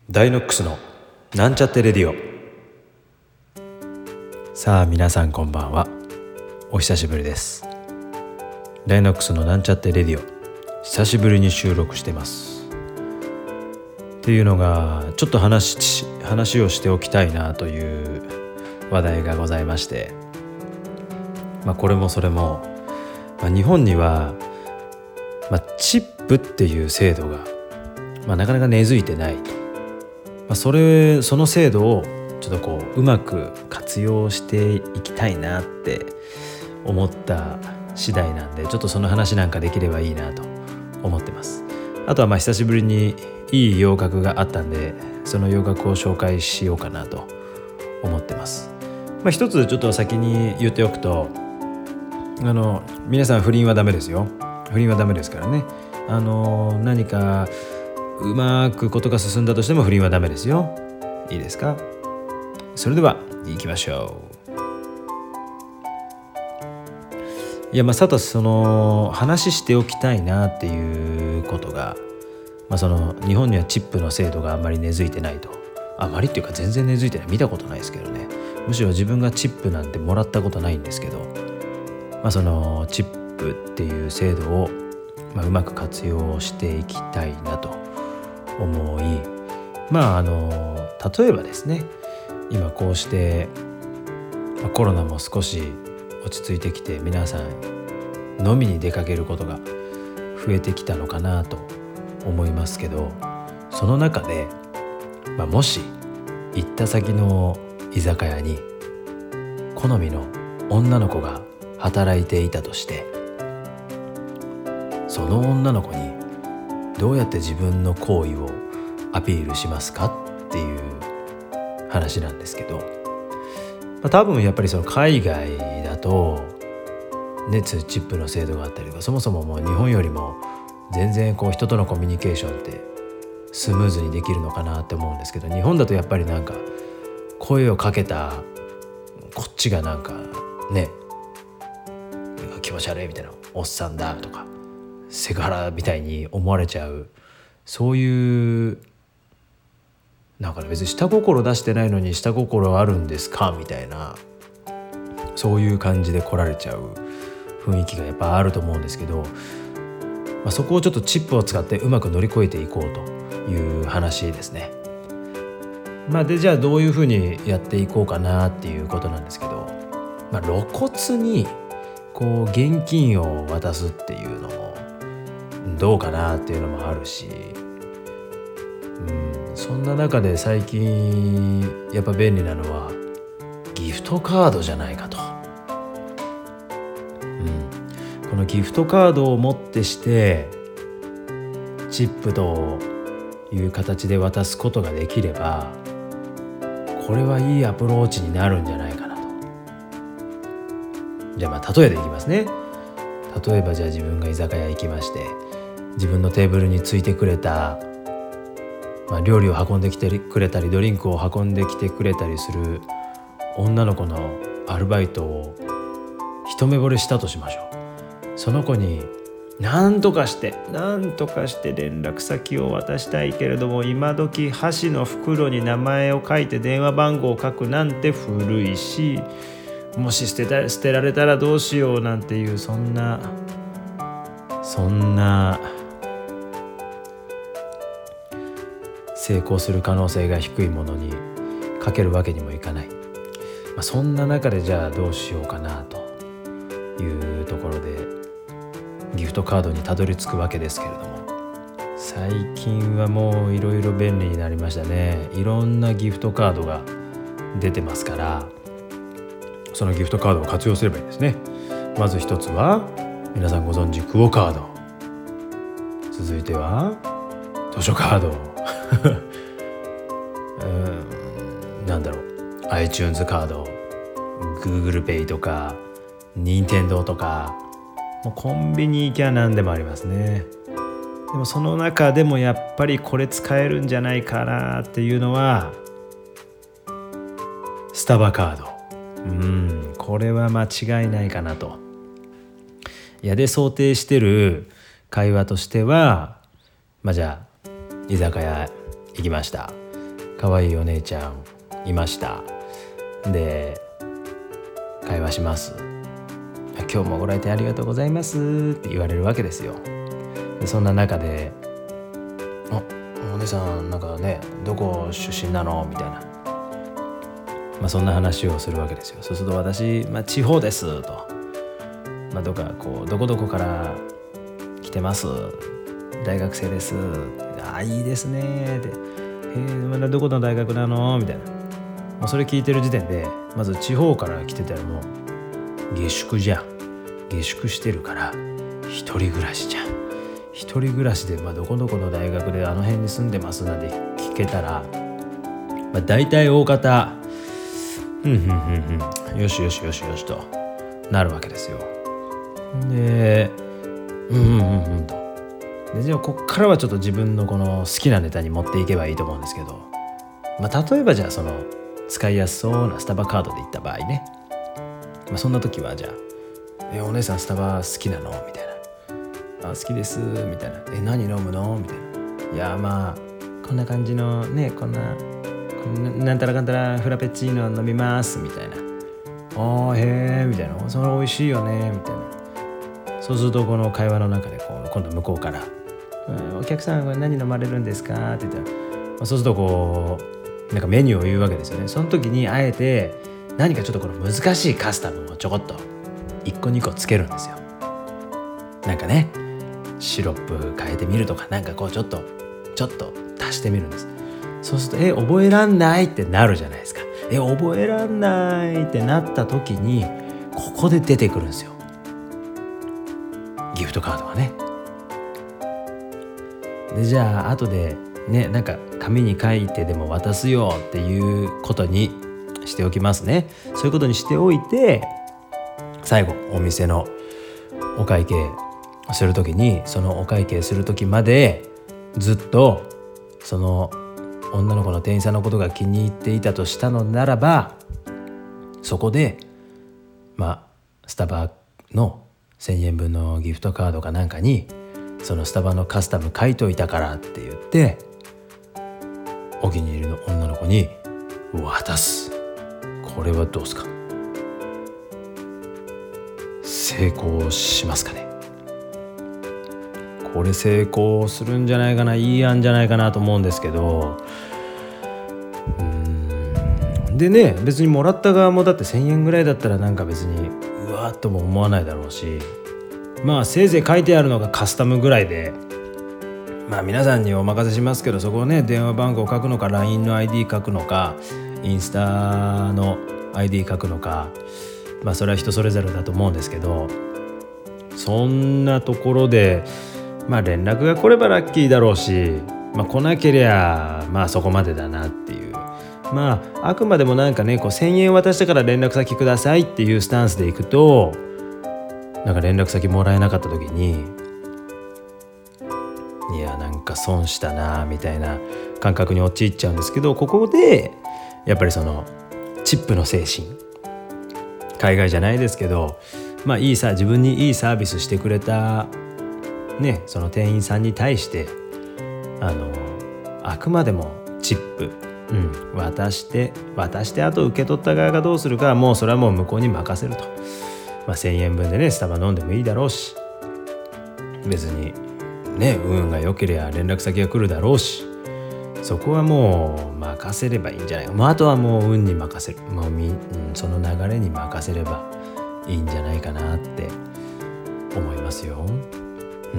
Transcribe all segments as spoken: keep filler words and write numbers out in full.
ダイノックスのなんちゃってレディオ。さあ皆さんこんばんは、お久しぶりです。ダイノックスのなんちゃってレディオ、久しぶりに収録してますっていうのがちょっと話話をしておきたいなという話題がございまして、まあ、これもそれも、まあ、日本には、まあ、チップっていう制度が、まあ、なかなか根付いてない。まあ、それその制度をちょっとこううまく活用していきたいなって思った次第なんで、ちょっとその話なんかできればいいなと思ってます。あとはまあ久しぶりにいい洋楽があったんで、その洋楽を紹介しようかなと思ってます。まあ、一つちょっと先に言っておくと、あの皆さん不倫はダメですよ。不倫はダメですからね。あの何かうまくことが進んだとしても不倫はダメですよ。いいですか？それでは行きましょう。いやまあさとその話しておきたいなっていうことが、まあ、その日本にはチップの制度があんまり根付いてないと。あまりっていうか全然根付いてない。見たことないですけどね。むしろ自分がチップなんてもらったことないんですけど、まあ、そのチップっていう制度を、まあ、うまく活用していきたいなと思い、まああの例えばですね、今こうして、まあ、コロナも少し落ち着いてきて、皆さん飲みに出かけることが増えてきたのかなと思いますけど、その中で、まあ、もし行った先の居酒屋に好みの女の子が働いていたとして、その女の子にどうやって自分の行為をアピールしますかっていう話なんですけど、まあ、多分やっぱりその海外だとね、チップの制度があったりとか、そもそももう日本よりも全然こう人とのコミュニケーションってスムーズにできるのかなって思うんですけど、日本だとやっぱりなんか声をかけたこっちがなんかね、気持ち悪いみたいな、おっさんだとかセクハラみたいに思われちゃう、そういうなんか別に下心出してないのに下心あるんですかみたいな、そういう感じで来られちゃう雰囲気がやっぱあると思うんですけど、まあ、そこをちょっとチップを使ってうまく乗り越えていこうという話ですね。まあ、でじゃあどういうふうにやっていこうかなっていうことなんですけど、まあ、露骨にこう現金を渡すっていうのもどうかなっていうのもあるし、うん、そんな中で最近やっぱ便利なのはギフトカードじゃないかと、うん、このギフトカードをもってしてチップという形で渡すことができれば、これはいいアプローチになるんじゃないかなと。じゃあまあ例えでいきますね。例えばじゃあ自分が居酒屋行きまして、自分のテーブルについてくれた、まあ、料理を運んできてくれたりドリンクを運んできてくれたりする女の子のアルバイトを一目惚れしたとしましょう。その子に何とかして何とかして連絡先を渡したいけれども、今時箸の袋に名前を書いて電話番号を書くなんて古いし、もし捨てた捨てられたらどうしようなんていう、そんなそんな成功する可能性が低いものにかけるわけにもいかない。まあ、そんな中でじゃあどうしようかなというところでギフトカードにたどり着くわけですけれども、最近はもういろいろ便利になりましたね。いろんなギフトカードが出てますから、そのギフトカードを活用すればいいですね。まず一つは皆さんご存知クオカード、続いては図書カードうんなんだろう iTunes カード、 Google Pay とか任天堂とか、もうコンビニ行きゃ何でもありますね。でもその中でもやっぱりこれ使えるんじゃないかなっていうのはスタバカード。うんこれは間違いないかなと。いやで想定してる会話としては、まあじゃあ居酒屋行きました。 可愛いお姉ちゃんいました。で会話します。今日もご来店ありがとうございますって言われるわけですよ。でそんな中でおお姉さんなんかねどこ出身なのみたいな、まあ、そんな話をするわけですよ。そうすると私、まあ、地方ですと、まあ、どっかこうどこどこから来てます大学生です、あいいですねで、えー、まだどこの大学なのみたいな、もうそれ聞いてる時点でまず地方から来てたらもう下宿じゃん、下宿してるから一人暮らしじゃん、一人暮らしで、まあ、どこどこの大学であの辺に住んでますなんて聞けたら、まあ、大体大方うんうんうんうんよしよしよしよしとなるわけですよ。でうんうんうんうんとでじゃあこっからはちょっと自分のこの好きなネタに持っていけばいいと思うんですけど、まあ、例えばじゃあその使いやすそうなスタバカードでいった場合ね、まあ、そんな時はじゃあえお姉さんスタバ好きなのみたいな、あ好きですみたいな、え何飲むのみたいな、いやまあこんな感じのねこんななんたらかんたらフラペチーノ飲みますみたいな、あーへーみたいな、それ美味しいよねみたいな。そうするとこの会話の中でこう今度向こうからお客さんは何飲まれるんですかって言ったら、まあ、そうするとこうなんかメニューを言うわけですよね。その時にあえて何かちょっとこの難しいカスタムをちょこっといっこにこつけるんですよ。なんかねシロップ変えてみるとか、なんかこうちょっとちょっと足してみるんです。そうするとえ覚えらんないってなるじゃないですか。え覚えらんないってなった時にここで出てくるんですよ、ギフトカードがね。でじゃあ後でねなんか紙に書いてでも渡すよっていうことにしておきますね。そういうことにしておいて、最後お店のお会計するときに、そのお会計するときまでずっとその女の子の店員さんのことが気に入っていたとしたのならば、そこでまあスタバのせんえんぶんのギフトカードかなんかにそのスタバのカスタム書いといたからって言ってお気に入りの女の子に渡す。これはどうですか？成功しますかね？これ成功するんじゃないかな、いい案じゃないかなと思うんですけど、うーんでね別にもらった側もだってせんえんぐらいだったらなんか別にうわーっとも思わないだろうし、まあせいぜい書いてあるのがカスタムぐらいで、まあ皆さんにお任せしますけど、そこをね電話番号書くのか ライン の アイディー 書くのかインスタの アイディー 書くのか、まあそれは人それぞれだと思うんですけど、そんなところでまあ連絡が来ればラッキーだろうし、まあ来なけりゃまあそこまでだなっていう、まああくまでもなんかねこうせんえん渡したから連絡先くださいっていうスタンスでいくと、なんか連絡先もらえなかった時にいやなんか損したなみたいな感覚に陥っちゃうんですけど、ここでやっぱりそのチップの精神、海外じゃないですけど、まあいいさ自分にいいサービスしてくれたねその店員さんに対してあのあくまでもチップ、うん、渡して渡してあと受け取った側がどうするかはもうそれはもう向こうに任せると、まあ、せんえんぶんでねスタバ飲んでもいいだろうし、別にね運が良ければ連絡先が来るだろうし、そこはもう任せればいいんじゃないか、まあ、あとはもう運に任せる、もうみ、うん、その流れに任せればいいんじゃないかなって思いますよ。うん、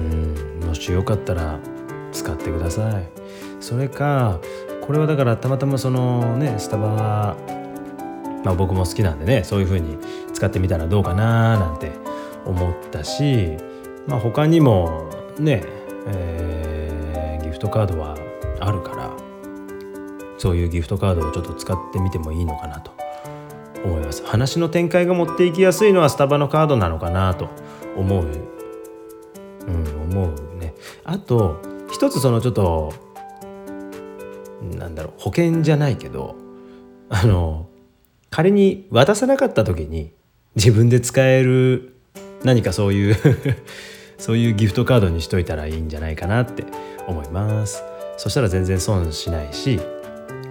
もしよかったら使ってください。それかこれはだからたまたまそのねスタバ、まあ、僕も好きなんでねそういう風に使ってみたらどうかななんて思ったし、まあ、他にもね、えー、ギフトカードはあるから、そういうギフトカードをちょっと使ってみてもいいのかなと思います。話の展開が持っていきやすいのはスタバのカードなのかなと思う、うん、思うね。あと一つそのちょっとなんだろう保険じゃないけど、あの仮に渡さなかった時に自分で使える何かそういうそういうギフトカードにしといたらいいんじゃないかなって思います。そしたら全然損しないし、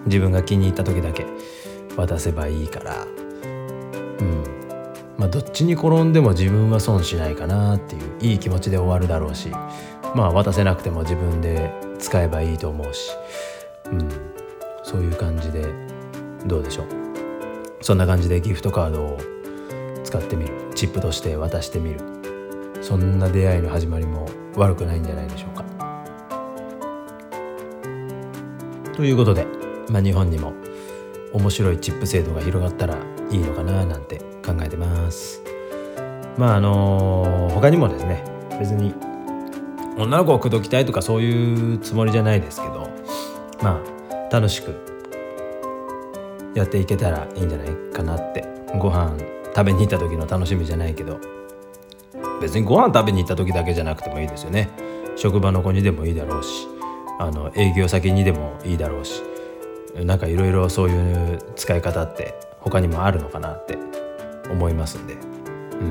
自分が気に入った時だけ渡せばいいから、うんまあどっちに転んでも自分は損しないかなっていういい気持ちで終わるだろうし、まあ渡せなくても自分で使えばいいと思うし、うん、そういう感じでどうでしょう。そんな感じでギフトカードを使ってみる、チップとして渡してみる、そんな出会いの始まりも悪くないんじゃないでしょうか。ということで、まあ、日本にも面白いチップ制度が広がったらいいのかななんて考えてます。まああの他にもですね、別に女の子を口説きたいとかそういうつもりじゃないですけど、まあ楽しくやっていけたらいいんじゃないかなって。ご飯食べに行った時の楽しみじゃないけど、別にご飯食べに行った時だけじゃなくてもいいですよね。職場の子にでもいいだろうし、あの営業先にでもいいだろうし、なんかいろいろそういう使い方って他にもあるのかなって思いますんで、うん、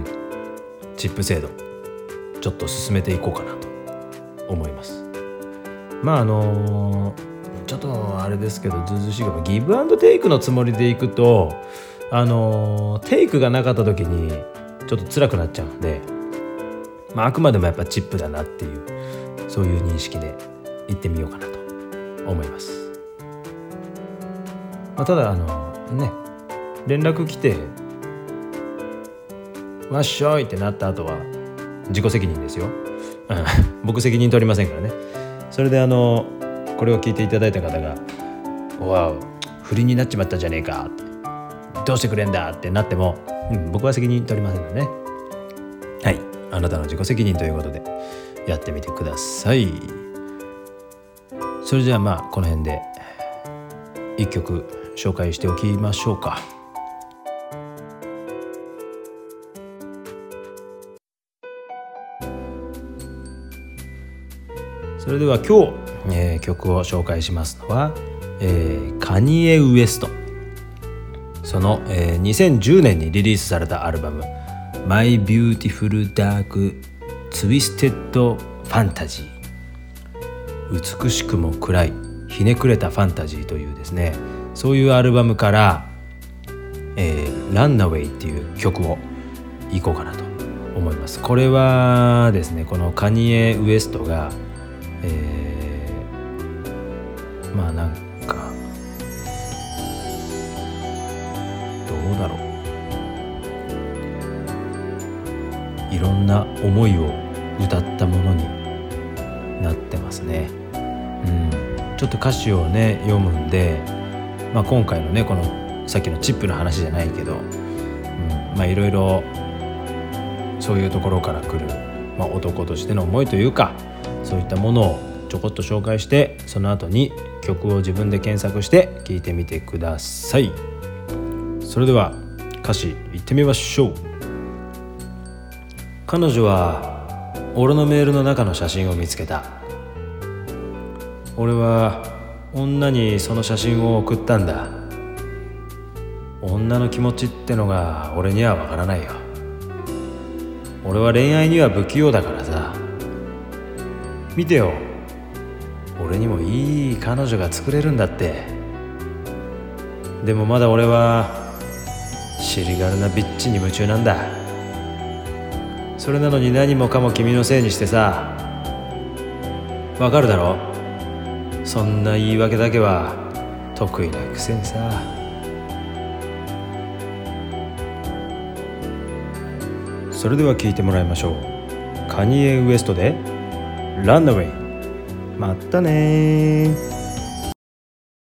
チップ制度ちょっと進めていこうかなと思います。まああのちょっとあれですけど、ずうずうしいかも、ギブアンドテイクのつもりでいくと、あのテイクがなかった時にちょっと辛くなっちゃうんで、まあ、あくまでもやっぱチップだなっていう、そういう認識で行ってみようかなと思います。まあ、ただあのね連絡来てわっしょいってなった後は自己責任ですよ、うん、僕責任取りませんからね。それであのこれを聞いていただいた方がわお不倫になっちまったじゃねえか、どうしてくれんだってなっても、うん、僕は責任取りませんのでね。はい、あなたの自己責任ということでやってみてください。それじゃあまあこの辺で一曲紹介しておきましょうか。それでは今日、えー、曲を紹介しますのは、えー、カニエ・ウエスト。その、えー、にせんじゅうねんにリリースされたアルバム My Beautiful Dark Twisted Fantasy、 美しくも暗いひねくれたファンタジーというですね、そういうアルバムから、えー、Runaway っていう曲をいこうかなと思います。これはですね、このカニエ・ウエストが、えー、まあなんかどうだろう、いろんな思いを歌ったものになってますね。うん、ちょっと歌詞をね読むんで、まあ、今回のねこのさっきのチップの話じゃないけど、うん、まあいろいろそういうところから来る、まあ、男としての思いというか、そういったものをちょこっと紹介して、その後に曲を自分で検索して聴いてみてください。それでは歌詞いってみましょう。彼女は俺のメールの中の写真を見つけた。俺は女にその写真を送ったんだ。女の気持ちってのが俺にはわからないよ。俺は恋愛には不器用だからさ。見てよ、俺にもいい彼女が作れるんだって。でもまだ俺は尻軽なビッチに夢中なんだ。それなのに何もかも君のせいにしてさ。わかるだろ、そんな言い訳だけは得意なくせにさ。それでは聴いてもらいましょう。カニエ・ウエストでランナウェイ。またね。